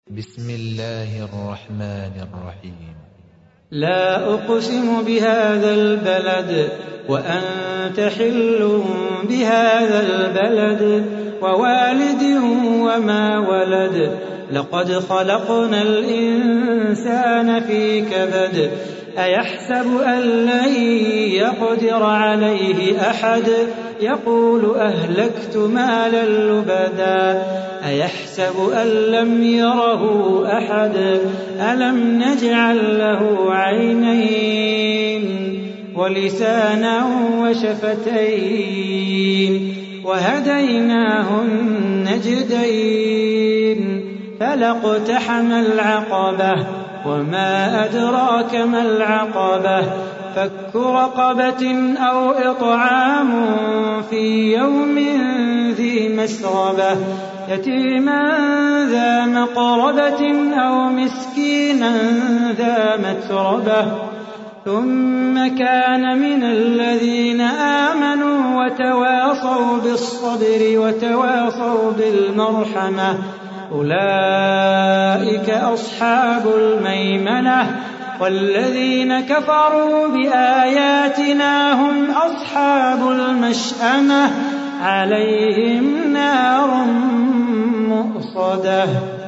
بسم الله الرحمن الرحيم. لا أقسم بهذا البلد وأنت حل بهذا البلد ووالد وما ولد لقد خلقنا الإنسان في كبد أيحسب أن لن يقدر عليه أحد يقول أهلكت مالا لبدا أيحسب أن لم يره أحد ألم نجعل له عينين ولسانا وشفتين وهديناه النجدين فلاقتحم العقبة وما أدراك ما العقبة فك رقبة أو إطعام في يوم ذي مسغبة يتيما ذا مقربة أو مسكينا ذا متربة ثم كان من الذين آمنوا وتواصوا بالصبر وتواصوا بالمرحمة أولئك أصحاب الميمنة والذين كفروا بآياتنا هم أصحاب المشأمة عليهم نار مؤصدة.